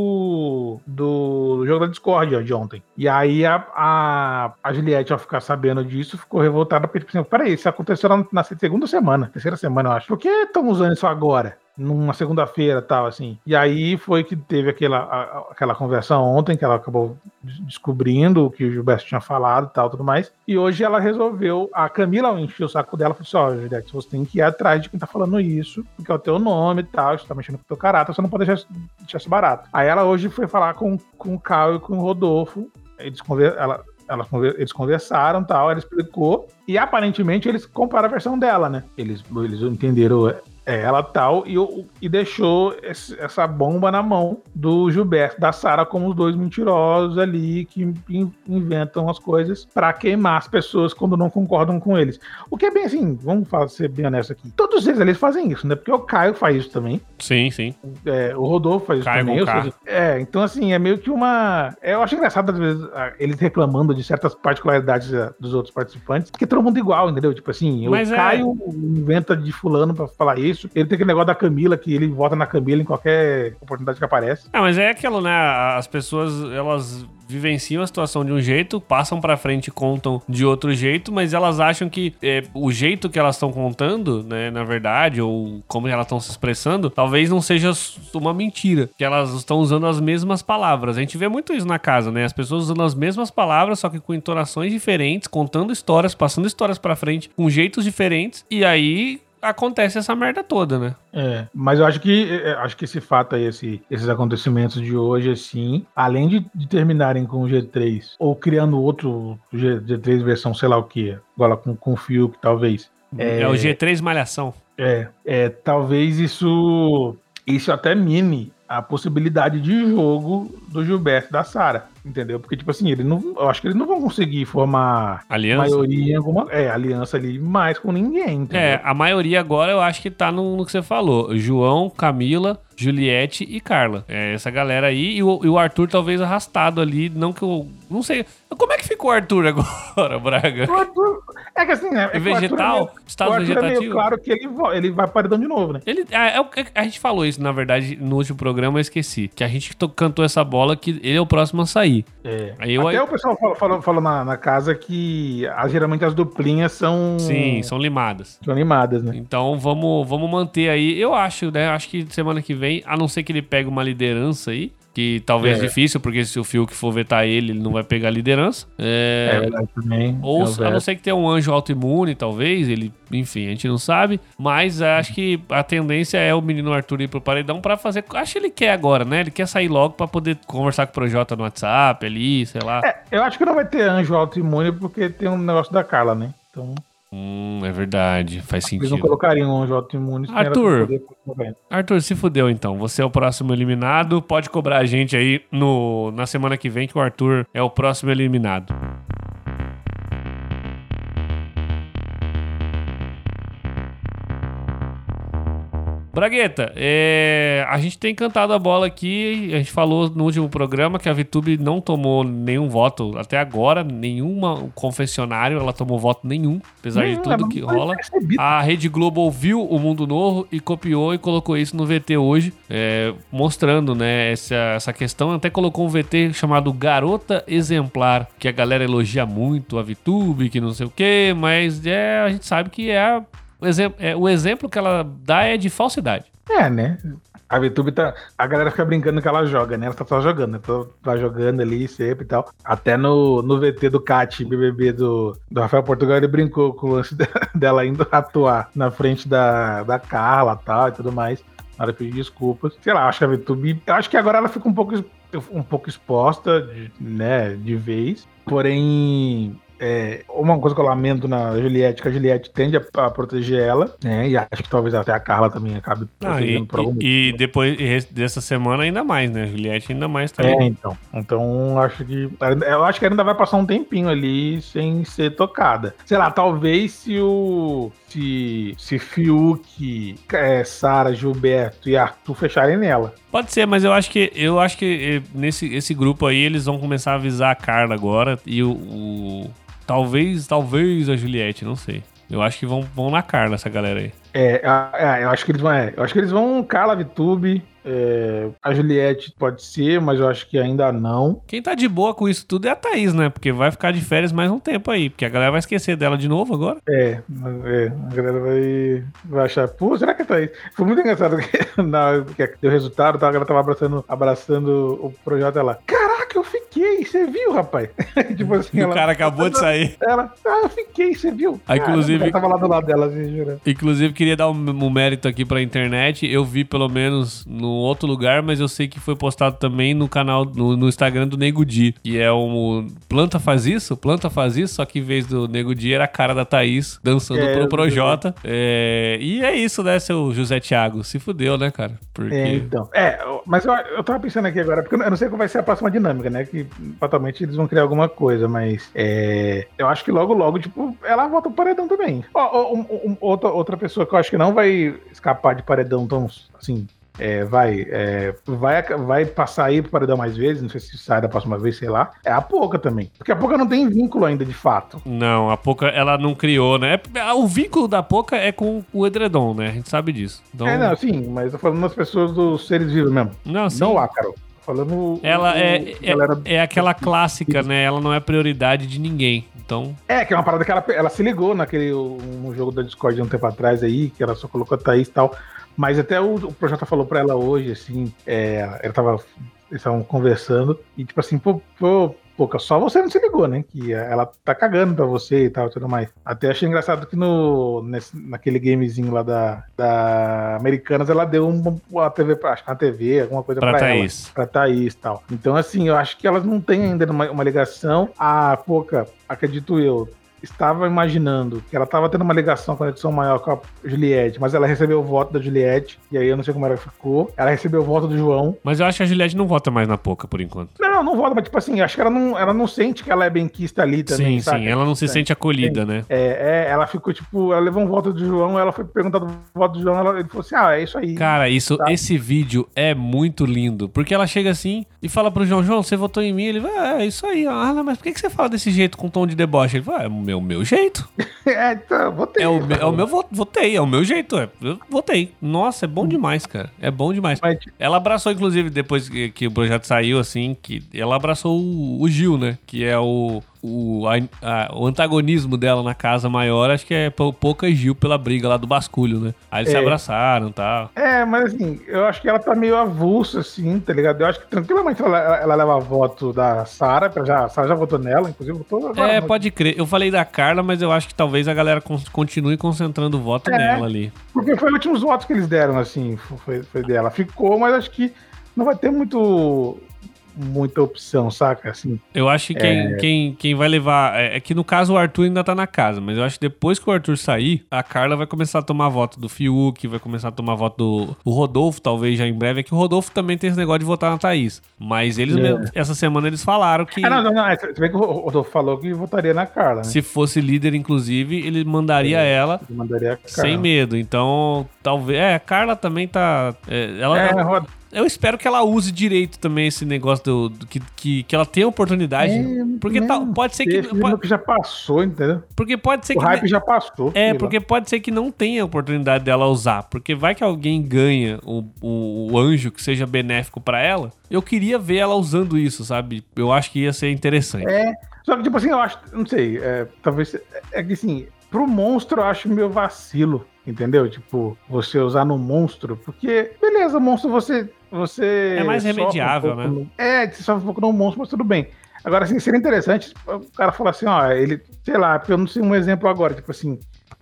do, do jogo da Discord de ontem. E aí a, a, a Juliette, ao ficar sabendo disso, ficou revoltada, porque, tipo assim, peraí, isso aconteceu na, na segunda semana, terceira semana, eu acho. Por que estão usando isso agora? Numa segunda-feira, tal, assim. E aí foi que teve aquela, a, aquela conversa ontem, que ela acabou descobrindo o que o Gilberto tinha falado e tal, tudo mais. E hoje ela resolveu, a Camila encheu o saco dela e falou assim, ó, Juliette, você tem que ir atrás de quem tá falando isso, porque é o teu nome e tal, você tá mexendo com o teu caráter, você não pode deixar, deixar isso barato. Aí ela hoje foi falar com, com o Caio e com o Rodolfo, eles conversaram, ela, Elas, eles conversaram e tal, ela explicou, e aparentemente eles compraram a versão dela, né? Eles, eles entenderam ela tal, e, e deixou esse, essa bomba na mão do Gilberto, da Sarah, como os dois mentirosos ali que in, inventam as coisas pra queimar as pessoas quando não concordam com eles. O que é bem assim, vamos ser bem honesto aqui, todos eles ali fazem isso, né? Porque o Caio faz isso também. Sim, sim. É, o Rodolfo faz isso Caio também. Seja, é, então assim, é meio que uma... Eu acho engraçado, às vezes, eles reclamando de certas particularidades dos outros participantes, porque todo mundo é igual, entendeu? Tipo assim, Mas o é... Caio inventa de fulano pra falar isso. Ele tem aquele negócio da Camila, que ele vota na Camila em qualquer oportunidade que aparece. Ah, mas é aquilo, né? As pessoas, elas vivenciam a situação de um jeito, passam pra frente e contam de outro jeito, mas elas acham que é, o jeito que elas estão contando, né, na verdade, ou como elas estão se expressando, talvez não seja uma mentira, que elas estão usando as mesmas palavras. A gente vê muito isso na casa, né? As pessoas usando as mesmas palavras, só que com entonações diferentes, contando histórias, passando histórias pra frente, com jeitos diferentes, e aí acontece essa merda toda, né? É, mas eu acho que acho que esse fato aí, esse, esses acontecimentos de hoje, assim, além de, de terminarem com o G três, ou criando outro G, G três versão sei lá o que, agora com, com o Fiuk, talvez. É, é o G três Malhação. É, é, talvez isso, isso até mine a possibilidade de jogo do Gilberto e da Sarah, entendeu? Porque, tipo assim, ele não, eu acho que eles não vão conseguir formar aliança? maioria em alguma... É, aliança ali mais com ninguém, entendeu? É, a maioria agora eu acho que tá no, no que você falou. João, Camila, Juliette e Carla. É essa galera aí. E o, e o Arthur talvez arrastado ali. Não que eu... Não sei. Como é que ficou o Arthur agora, Braga? O Arthur... É que assim, né? É vegetal? É meio, estado o Arthur vegetativo? é meio claro que ele, ele vai paredão de novo, né? Ele, é, é, a gente falou isso, na verdade, no último programa, eu esqueci. Que a gente cantou essa bola que ele é o próximo a sair. É. Aí eu, Até aí... o pessoal falou, falou, falou na, na casa que as, geralmente as duplinhas são... Sim, são limadas. São limadas, né? Então vamos, vamos manter aí. Eu acho, né? Acho que semana que vem, a não ser que ele pegue uma liderança aí, que talvez é difícil, porque se o Fiuk for vetar ele, ele não vai pegar a liderança. É, é verdade também. Ou a não ser que tenha um anjo autoimune, talvez, ele, enfim, a gente não sabe. Mas acho que a tendência é o menino Arthur ir pro paredão pra fazer. Acho que ele quer agora, né? Ele quer sair logo pra poder conversar com o Projota no WhatsApp ali, sei lá. É, eu acho que não vai ter anjo autoimune porque tem um negócio da Carla, né? Então. Hum, é verdade, faz sentido. Eles não colocariam um anjo autoimune. Arthur, Arthur, se fudeu então. Você é o próximo eliminado. Pode cobrar a gente aí no, na semana que vem que o Arthur é o próximo eliminado. Bragueta, é, a gente tem cantado a bola aqui, a gente falou no último programa que a VTube não tomou nenhum voto até agora, nenhuma confessionário, ela tomou voto nenhum, apesar não, de tudo que rola. A Rede Globo ouviu o Mundo Novo e copiou e colocou isso no V T hoje, é, mostrando, né, essa, essa questão. Até colocou um V T chamado Garota Exemplar, que a galera elogia muito a VTube, que não sei o que, mas é, a gente sabe que é a O exemplo, é, o exemplo que ela dá é de falsidade. É, né? A VTube tá... A galera fica brincando que ela joga, né? Ela tá só jogando, né? Tá jogando ali sempre e tal. Até no, no V T do Cat, B B B do, do Rafael Portugal, ele brincou com o lance dela indo atuar na frente da, da Carla e tal e tudo mais. Ela pediu desculpas. Sei lá, acho que a VTube... Eu acho que agora ela fica um pouco, um pouco exposta, de, né? De vez. Porém... é, uma coisa que eu lamento na Juliette, que a Juliette tende a, a proteger ela, né? E acho que talvez até a Carla também acabe protegendo ah, e, por algum motivo. E depois e dessa semana ainda mais, né? Juliette ainda mais também. É, então. Então, acho que. Eu acho que ainda vai passar um tempinho ali sem ser tocada. Sei lá, talvez se o. Se, se Fiuk, é, Sara, Gilberto e Arthur fecharem nela. Pode ser, mas eu acho que eu acho que nesse esse grupo aí eles vão começar a avisar a Carla agora e o, o talvez talvez a Juliette, não sei. Eu acho que vão, vão na Carla essa galera aí. É, é, eu acho que eles vão, é, eu acho que eles vão Carla, VTube, é, a Juliette pode ser, mas eu acho que ainda não. Quem tá de boa com isso tudo é a Thaís, né? Porque vai ficar de férias mais um tempo aí, porque a galera vai esquecer dela de novo agora. É, é a galera vai, vai achar, pô, será que é a Thaís? Foi muito engraçado que, na, que deu resultado, tá, a galera tava abraçando, abraçando o projeto lá. Caraca, eu fiquei, você viu, rapaz? Tipo assim, o ela, cara acabou de sair. Ela, ah, eu fiquei, você viu? Aí, inclusive, ela tava lá do lado dela, assim, jurando. Inclusive, queria dar um, um mérito aqui pra internet. Eu vi pelo menos no outro lugar, mas eu sei que foi postado também no canal, no, no Instagram do Nego Di, que é um Planta Faz Isso, Planta Faz Isso, só que em vez do Nego Di era a cara da Thaís dançando é, pro Projota. É, e é isso, né, seu José Thiago? Se fudeu, né, cara? Porque... É, então. É, mas eu, eu tava pensando aqui agora, porque eu não sei qual vai ser a próxima dinâmica, né? Que fatalmente eles vão criar alguma coisa, mas é, eu acho que logo, logo, tipo, ela volta pro paredão também. Ó, um, um, outra, outra pessoa que eu acho que não vai escapar de paredão tão, assim, é, vai, é, vai, vai passar aí pro paredão mais vezes, não sei se sai da próxima vez, sei lá, é a Poca também. Porque a Poca não tem vínculo ainda, de fato. Não, a Poca, ela não criou, né? O vínculo da Poca é com o edredom, né? A gente sabe disso. Então... É, não, sim, mas eu tô falando das pessoas dos seres vivos mesmo. Não, sim. Não o Ácaro. Falando ela o, é, o, galera... é, é aquela clássica, né? Ela não é prioridade de ninguém, então... É, que é uma parada que ela, ela se ligou naquele um jogo da Discord um tempo atrás aí, que ela só colocou a Thaís e tal, mas até o, o Projota falou pra ela hoje, assim, é, ela tava, eles estavam conversando, e tipo assim, pô, pô, Poca, só você não se ligou, né? Que ela tá cagando pra você e tal, tudo mais. Até achei engraçado que no, nesse, naquele gamezinho lá da, da Americanas, ela deu uma T V, acho que uma T V, alguma coisa pra, pra Thaís. Ela, pra Thaís e tal. Então, assim, eu acho que elas não têm ainda uma, uma ligação. A Poca, acredito eu, estava imaginando que ela estava tendo uma ligação, uma conexão maior com a Juliette, mas ela recebeu o voto da Juliette, e aí eu não sei como ela ficou. Ela recebeu o voto do João. Mas eu acho que a Juliette não vota mais na Poca, por enquanto. Não, não vota, mas tipo assim, acho que ela não, ela não sente que ela é benquista ali também, sim, saca? Sim, ela não se é. sente acolhida, sim. né? É, é, ela ficou tipo, ela levou um voto do João, ela foi perguntar do voto do João, ela, ele falou assim, ah, é isso aí. Cara, isso, tá? Esse vídeo é muito lindo, porque ela chega assim e fala pro João, João, você votou em mim? Ele vai, ah, é isso aí. Ah, mas por que você fala desse jeito com tom de deboche? Ele vai, ah, é o meu, meu jeito. É, então, votei. É o, meu, é o meu, votei, é o meu jeito, é, eu votei. Nossa, é bom demais, cara, é bom demais. Mas... Ela abraçou, inclusive, depois que, que o projeto saiu, assim, que ela abraçou o, o Gil, né, que é o... O, a, a, o antagonismo dela na casa maior, acho que é Poca e Gil pela briga lá do basculho, né? Aí eles é. se abraçaram e tal. É, mas assim, eu acho que ela tá meio avulsa, assim, tá ligado? Eu acho que tranquilamente ela, ela, ela leva a voto da Sara, já, a Sara já votou nela, inclusive votou agora. É, pode crer. Eu falei da Carla, mas eu acho que talvez a galera continue concentrando o voto é, nela ali. Porque foi os últimos votos que eles deram, assim, foi, foi dela. Ficou, mas acho que não vai ter muito... muita opção, saca? Assim, eu acho que quem, é... quem, quem vai levar... É, é que no caso o Arthur ainda tá na casa, mas eu acho que depois que o Arthur sair, a Carla vai começar a tomar voto do Fiuk, vai começar a tomar voto do, do Rodolfo, talvez já em breve. É que o Rodolfo também tem esse negócio de votar na Thaís. Mas eles, é. mesmo, essa semana, eles falaram que... Ah, não, não, não. Você vê que o Rodolfo falou que votaria na Carla, né? Se fosse líder, inclusive, ele mandaria é, ela ele mandaria a Carla. Sem medo. Então, talvez... É, a Carla também tá... É, ela... É, ela... Eu espero que ela use direito também esse negócio do, do que, que, que ela tenha oportunidade. É, porque tá, pode ser que. Pode, que já passou, entendeu? Porque pode ser o que. O hype já passou. É, porque lá. Pode ser que não tenha oportunidade dela usar. Porque vai que alguém ganha o, o, o anjo que seja benéfico pra ela. Eu queria ver ela usando isso, sabe? Eu acho que ia ser interessante. É. Só que, tipo assim, eu acho. Não sei. É, talvez. É que assim, pro monstro eu acho meio vacilo. Entendeu? Tipo, você usar no monstro, porque, beleza, monstro você... você é mais remediável, um né? No, é, você sofre um pouco no monstro, mas tudo bem. Agora, assim, seria interessante o cara falar assim, ó, ele, sei lá, porque eu não sei um exemplo agora, tipo assim,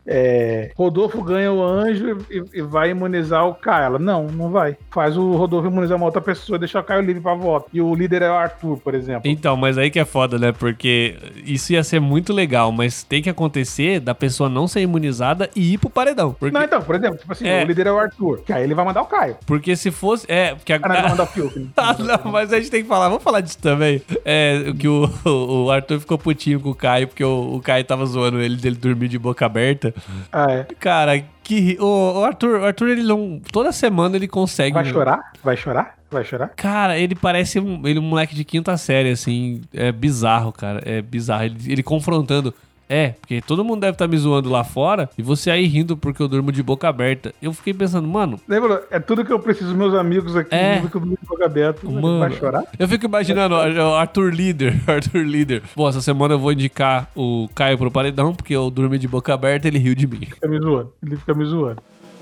é, Rodolfo ganha o anjo e, e vai imunizar o Caio. Ela, não, não vai. Faz o Rodolfo imunizar uma outra pessoa e deixar o Caio livre pra voto. E o líder é o Arthur, por exemplo. Então, mas aí que é foda, né? Porque isso ia ser muito legal, mas tem que acontecer da pessoa não ser imunizada e ir pro paredão. Porque... Não, então, por exemplo, tipo assim, É. o líder é o Arthur, que aí ele vai mandar o Caio. Porque se fosse... É, porque Ah, não, ele vai agora... mandar o Fiuk. Né? Ah, não, mas a gente tem que falar, vamos falar disso também. É, que o, o Arthur ficou putinho com o Caio, porque o, o Caio tava zoando ele dele dormir de boca aberta. Ah, é. Cara, que... O, o Arthur, o Arthur, ele não... Toda semana ele consegue... Vai chorar? Vai chorar? Vai chorar? Cara, ele parece um, ele, um moleque de quinta série, assim. É bizarro, cara. É bizarro. Ele, ele confrontando... É, porque todo mundo deve estar me zoando lá fora e você aí rindo porque eu durmo de boca aberta. Eu fiquei pensando, mano... Lembra? É tudo que eu preciso dos meus amigos aqui, É. que eu durmo de boca aberta. Mano, Vai chorar? eu fico imaginando o Arthur Líder, Arthur Líder. Bom, essa semana eu vou indicar o Caio pro paredão, porque eu dormi de boca aberta e ele riu de mim. Fica me zoando. Ele fica me zoando.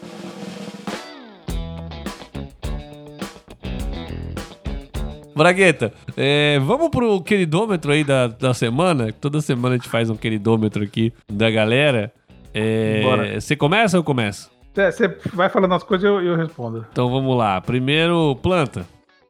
Bragueta, é, vamos pro queridômetro aí da, da semana. Toda semana a gente faz um queridômetro aqui da galera. É, Bora. você começa ou eu começo? Você vai falando as coisas e eu, eu respondo. Então vamos lá. Primeiro, planta.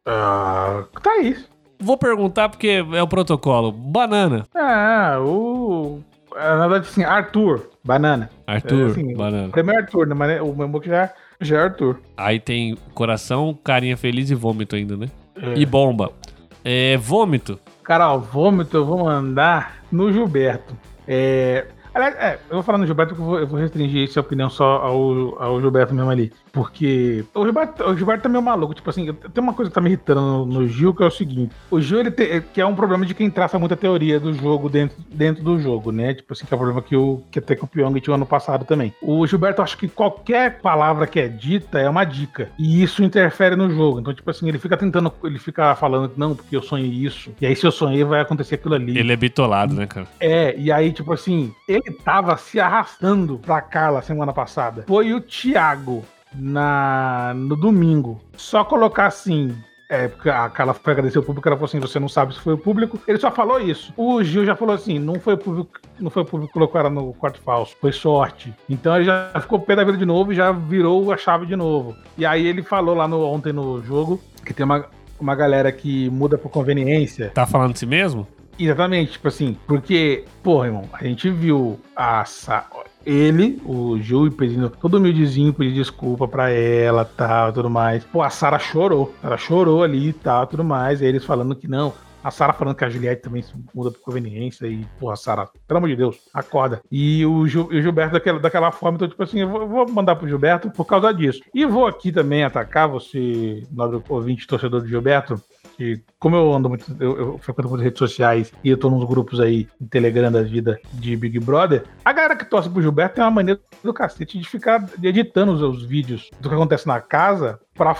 Ah, tá isso. Vou perguntar porque é o protocolo. Banana. Ah, o... Na verdade, assim, Arthur, banana. Arthur, É, assim, banana. Primeiro Arthur, né? Mas o meu book já, já é Arthur. Aí tem coração, carinha feliz e vômito ainda, né? É. E bomba. É, vômito. Cara, ó, vômito eu vou mandar no Gilberto. É... Aliás, é, eu vou falar no Gilberto porque eu vou, eu vou restringir essa opinião só ao, ao Gilberto mesmo ali. Porque o Gilberto, o Gilberto tá meio maluco. Tipo assim, tem uma coisa que tá me irritando no, no Gil, que é o seguinte. O Gil, ele tem, que é um problema de quem traça muita teoria do jogo dentro, dentro do jogo, né? Tipo assim, que é um problema que, o, que até que o Pyong tinha ano passado também. O Gilberto, acha que qualquer palavra que é dita é uma dica. E isso interfere no jogo. Então, tipo assim, ele fica tentando, ele fica falando, não, porque eu sonhei isso. E aí, se eu sonhei, vai acontecer aquilo ali. Ele é bitolado, né, cara? É, e aí, tipo assim, ele tava se arrastando pra Carla semana passada. Foi o Thiago na, no domingo. Só colocar assim. É, porque a Carla foi agradecer o público, ela falou assim: você não sabe se foi o público. Ele só falou isso. O Gil já falou assim: não foi o público, não foi o público que colocou ela no quarto falso, foi sorte. Então ele já ficou pé da vida de novo e já virou a chave de novo. E aí ele falou lá no, ontem no jogo que tem uma, uma galera que muda por conveniência. Tá falando de si mesmo? Exatamente, tipo assim, porque, porra, irmão, a gente viu a Sa... ele, o Gil, pedindo todo humildezinho, pedindo desculpa pra ela, tal, tudo mais. Pô, a Sarah chorou, ela chorou ali e tal, tudo mais. E eles falando que não, a Sarah falando que a Juliette também se muda por conveniência e, porra, Sarah, pelo amor de Deus, acorda. E o, Gil, e o Gilberto daquela, daquela forma, então, tipo assim, eu vou, eu vou mandar pro Gilberto por causa disso. E vou aqui também atacar você, nobre ouvinte, torcedor do Gilberto, que como eu ando muito, eu, eu frequento muitas redes sociais e eu tô nos grupos aí, no Telegram da vida de Big Brother, a galera que torce pro Gilberto tem uma maneira do cacete de ficar editando os, os vídeos do que acontece na casa pra,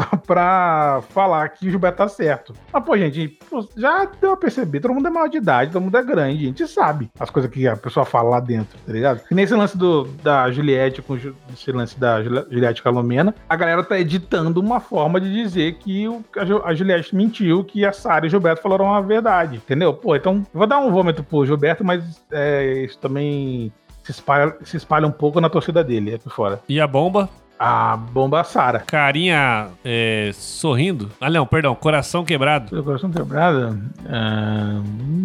pra falar que o Gilberto tá certo. Mas, pô, gente, pô, já deu a perceber, todo mundo é maior de idade, todo mundo é grande, a gente sabe as coisas que a pessoa fala lá dentro, tá ligado? Que nem esse lance do, da Juliette com esse lance da Juliette Calomena, a galera tá editando uma forma de dizer que o, a Juliette mentiu, que a Sarah e o Gilberto falaram a verdade, entendeu? Pô, então, eu vou dar um vômito pro Gilberto, mas é, isso também se espalha, se espalha um pouco na torcida dele, aqui fora. E a bomba? A bomba Sarah. Carinha é, sorrindo. Ah, não, perdão, coração quebrado. Seu coração quebrado? Ah,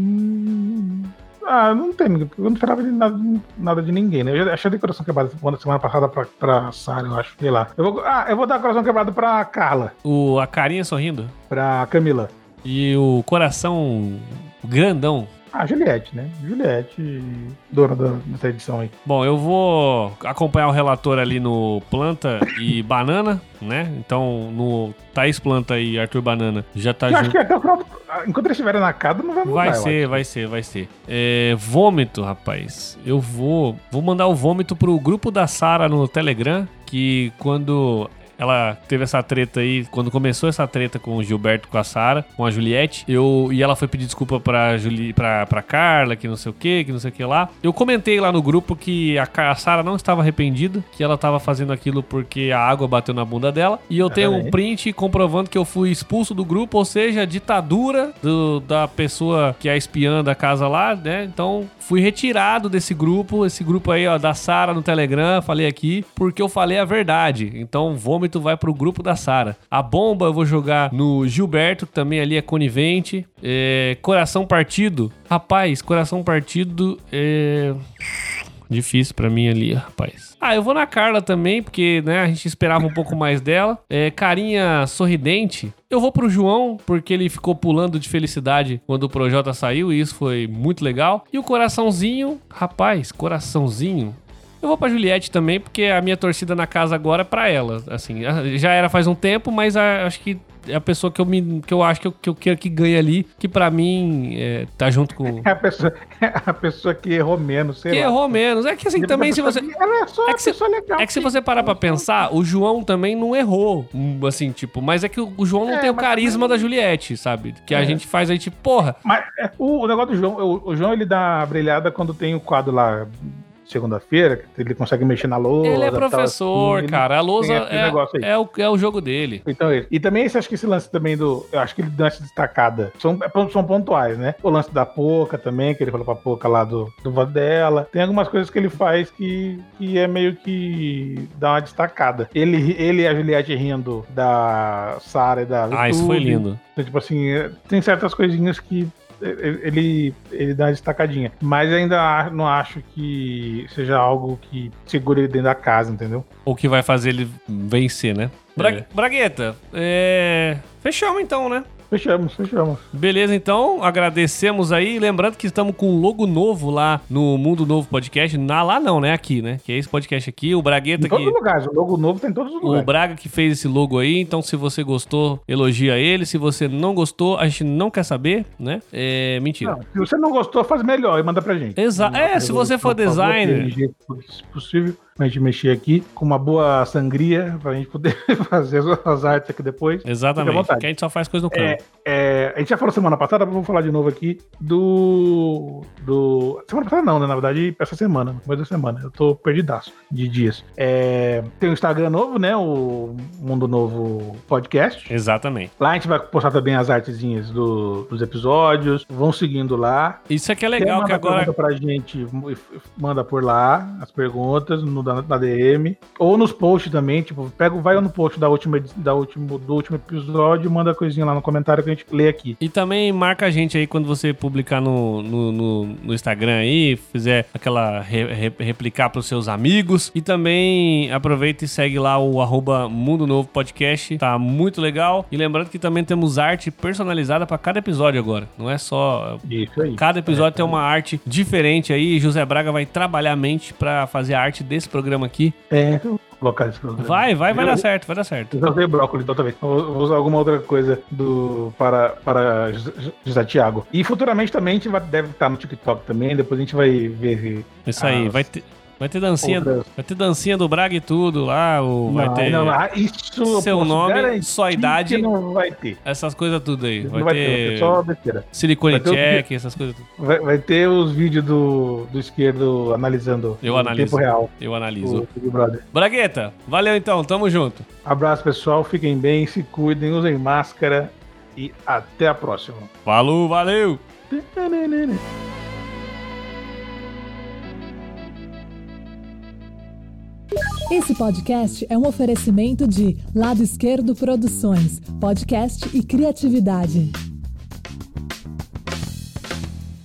hum, ah, não tem. Eu não esperava de nada, nada de ninguém, né? Eu já achei de coração quebrado semana passada pra, pra Sarah, eu acho. Sei lá. Eu vou, ah, eu vou dar coração quebrado pra Carla. O, a carinha sorrindo. Pra Camila. E o coração grandão. Ah, Juliette, né? Juliette, dona da, dessa edição aí. Bom, eu vou acompanhar o relator ali no Planta e Banana, né? Então, no Thaís Planta e Arthur Banana já tá eu junto. acho que até o final, enquanto eles estiverem na casa, não vai mudar. Vai eu ser, acho. vai ser, vai ser. É, vômito, rapaz. Eu vou, vou mandar o vômito pro grupo da Sarah no Telegram, que quando ela teve essa treta aí, quando começou essa treta com o Gilberto, com a Sara, com a Juliette, eu, e ela foi pedir desculpa pra, Juli, pra, pra Carla, que não sei o que, que não sei o que lá. Eu comentei lá no grupo que a, a Sara não estava arrependida, que ela estava fazendo aquilo porque a água bateu na bunda dela, e eu tenho um print comprovando que eu fui expulso do grupo, ou seja, a ditadura do, da pessoa que é espiã da casa lá, né? Então, fui retirado desse grupo, esse grupo aí, ó, da Sara no Telegram, falei aqui, porque eu falei a verdade. Então, vômito vai pro grupo da Sara. A bomba eu vou jogar no Gilberto, que também ali é conivente. É, coração partido. Rapaz, coração partido é... difícil pra mim ali, rapaz. Ah, eu vou na Carla também, porque, né, a gente esperava um pouco mais dela. É, carinha sorridente. Eu vou pro João, porque ele ficou pulando de felicidade quando o Projota saiu, e isso foi muito legal. E o coraçãozinho, rapaz, coraçãozinho. Eu vou pra Juliette também, porque a minha torcida na casa agora é pra ela. Assim, já era faz um tempo, mas a, acho que é a pessoa que eu, me, que eu acho que eu, que eu quero que ganhe ali, que pra mim é, tá junto com... É a pessoa, é a pessoa que errou menos, sei que lá. errou menos. É que assim, também se você... Ela é só uma é que se, pessoa legal. É que se você parar pra pensar, o João também não errou, assim, tipo... Mas é que o João não é, tem o carisma também... da Juliette, sabe? Que é. a gente faz aí, tipo, porra... Mas é, o, o negócio do João, o, o João, ele dá brilhada quando tem o quadro lá... segunda-feira, que ele consegue mexer na lousa. Ele é professor, assim, cara. A lousa é, é, o, é o jogo dele. Então, ele. E também, acho que esse lance também do... Eu acho que ele dá essa destacada. São, são pontuais, né? O lance da Poca também, que ele falou pra Poca lá do, do voto dela. Tem algumas coisas que ele faz que, que é meio que dá uma destacada. Ele, ele e a Juliette rindo da Sara e da YouTube. Ah, isso foi lindo. Então, tipo assim, tem certas coisinhas que Ele, ele dá uma destacadinha. Mas ainda não acho que seja algo que segure ele dentro da casa, entendeu? Ou que vai fazer ele vencer, né? Bra- é. Bragueta, é... fechamos então, né? Fechamos, fechamos. Beleza, então, agradecemos aí. Lembrando que estamos com um logo novo lá no Mundo Novo Podcast. Na, lá não, né? Aqui, né? Que é esse podcast aqui. O Bragueta em todos que... os lugares, o logo novo tem em todos os lugares. O Braga que fez esse logo aí. Então, se você gostou, elogia ele. Se você não gostou, a gente não quer saber, né? É mentira. Não, se você não gostou, faz melhor e manda pra gente. Exato. É, se você for designer... Se possível, pra gente mexer aqui com uma boa sangria, pra gente poder fazer as artes aqui depois. Exatamente, porque a gente só faz coisa no canto. É, é, a gente já falou semana passada, vamos falar de novo aqui do... do semana passada não, né? Na verdade, essa semana, no começo da semana. Eu tô perdidaço de dias. É, tem o Instagram novo, né? O Mundo Novo Podcast. Exatamente. Lá a gente vai postar também as artezinhas do, dos episódios. Vão seguindo lá. Isso aqui é legal, que agora... Manda pra gente, manda por lá as perguntas no, na, na D M. Ou nos posts também, tipo, pega, vai no post da última, da último, do último episódio e manda coisinha lá no comentário que a gente lê aqui. E também marca a gente aí quando você publicar no, no, no, no Instagram aí, fizer aquela re, re, replicar pros seus amigos. E também aproveita e segue lá o arroba Mundo Novo Podcast. Tá muito legal. E lembrando que também temos arte personalizada pra cada episódio agora. Não é só... Isso aí. Cada episódio é, tem uma arte diferente aí. José Braga vai trabalhar a mente pra fazer a arte desse programa aqui. É... colocar esse programa. Vai, vai, vai eu, dar certo, vai dar certo. Eu usei brócolis, então também. Vou, vou usar alguma outra coisa do, para, para José Thiago. E futuramente também a gente vai, deve estar no TikTok também, depois a gente vai ver. Isso aí, as... vai ter. Vai ter dancinha, outras... vai ter dancinha do Braga e tudo lá, ou vai não, ter não, não. Isso seu nome, sua idade, não vai ter. Essas coisas tudo aí. Vai, vai ter, ter, vai ter só besteira. Silicone check, essas coisas tudo. Vai, vai ter os vídeos do, do esquerdo analisando eu analiso, tempo real. Eu analiso. O Big Brother. Bragueta, valeu então, tamo junto. Abraço, pessoal, fiquem bem, se cuidem, usem máscara e até a próxima. Falou, valeu! Esse podcast é um oferecimento de Lado Esquerdo Produções, podcast e criatividade.